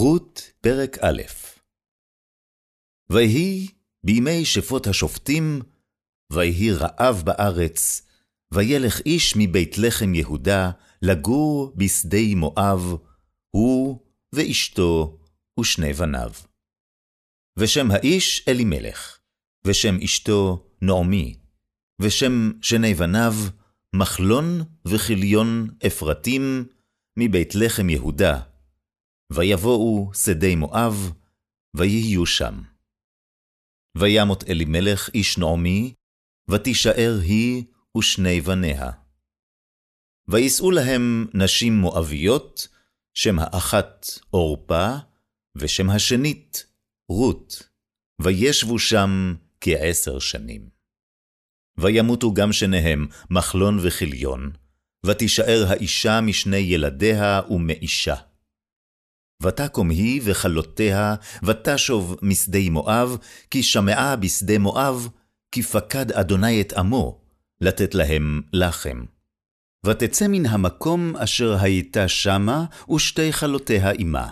רות, פרק א'. ויהי בימי שפוט השופטים, ויהי רעב בארץ, וילך איש מבית לחם יהודה לגור בשדה מואב, הוא ואשתו ושני בניו. ושם האיש אלימלך, ושם אשתו נעמי, ושם שני בניו מחלון וכליון אפרתים מבית לחם יהודה, ויבואו שדה מואב, ויהיו שם. וימות אלימלך איש נעמי, ותישאר היא ושני בניה. ויסעו להם נשים מואביות, שם האחת אורפה, ושם השנית רות, וישבו שם כ10 שנים. וימותו גם שניהם מחלון וכליון, ותישאר האישה משני ילדיה ומאישה. ותקום היא וכלותיה, ותשוב משדה מואב, כי שמעה בשדה מואב, כי פקד אדוני את עמו, לתת להם לחם. ותצא מן המקום אשר הייתה שמה, ושתי כלותיה עמה.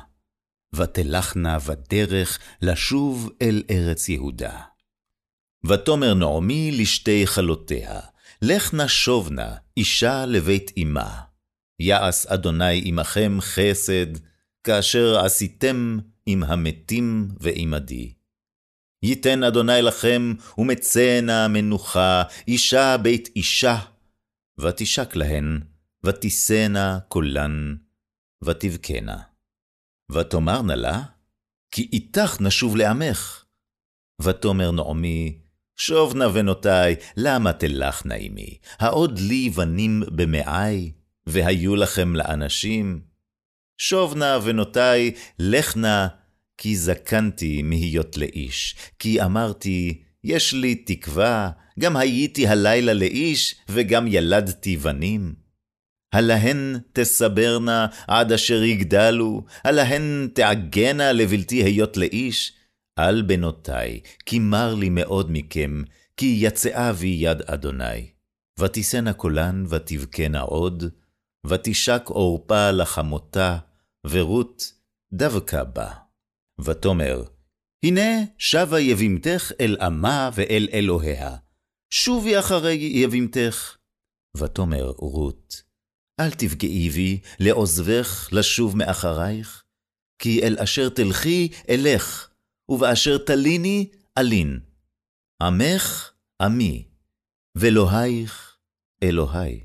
ותלכנה בדרך לשוב אל ארץ יהודה. ותאמר נעמי לשתי כלותיה, לכנה שובנה, אישה לבית אמה. יעש אדוני עמכם חסד, כאשר עשיתם עם המתים ועמדי. ייתן אדוני לכם ומצאנה מנוחה, אישה בית אישה. ותשק להן, ותישאנה קולן, ותבכנה. ותאמרנה לה, כי איתך נשוב לעמך. ותאמר נעמי, שובנה בנותיי, למה תלכנה עמי? העוד לי בנים במעי, והיו לכם לאנשים? שובנה בנותיי, לכנה, כי זקנתי מהיות לאיש, כי אמרתי, יש לי תקווה, גם הייתי הלילה לאיש, וגם ילדתי בנים. הלהן תסברנה עד אשר יגדלו, הלהן תעגנה לבלתי היות לאיש. על בנותיי, כי מר לי מאוד מכם, כי יצאה בי יד אדוני. ותישאנה קולן ותבכנה עוד, ותשק אורפה לחמותה, ורות דבקה בה. ותאמר, הנה שבה יבימתך אל עמה ואל אלוהיה, שובי אחרי יבימתך. ותאמר רות, אל תפגעי בי לעוזבך לשוב מאחרייך, כי אל אשר תלכי אלך, ובאשר תליני אלין. עמך עמי, ואלוהיך אלוהי.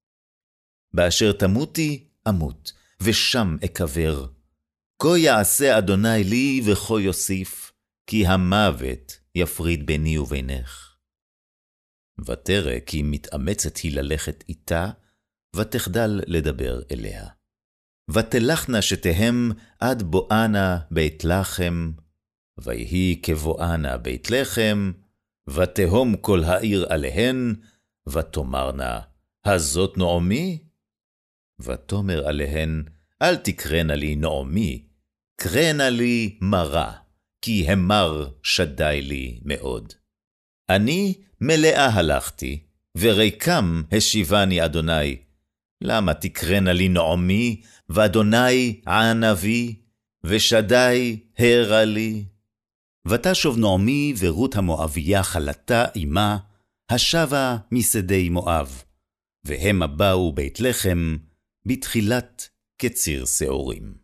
באשר תמותי אמות, ושם אקבר. כה יעשה אדוני לי וכה יוסיף, כי המוות יפריד ביני ובינך. ותרא כי מתאמצת היא ללכת איתה, ותחדל לדבר אליה. ותלכנה שתיהם עד בואנה בית לחם, ויהי כבואנה בית לחם, ותהום כל העיר עליהן, ותאמרנה, הזאת נעמי? ותאמר עליהן, אל תקרנה לי נעמי, קרנה לי מרה, כי המר שדי לי מאוד. אני מלאה הלכתי, וריקם השיבני אדוני. למה תקרנה לי נעמי, ואדוני ענה בי, ושדי הרע לי? ותשוב נעמי ורות המואביה חלתה עמה, השבה משדה מואב, והם באו בית לחם בתחילת קציר שעורים.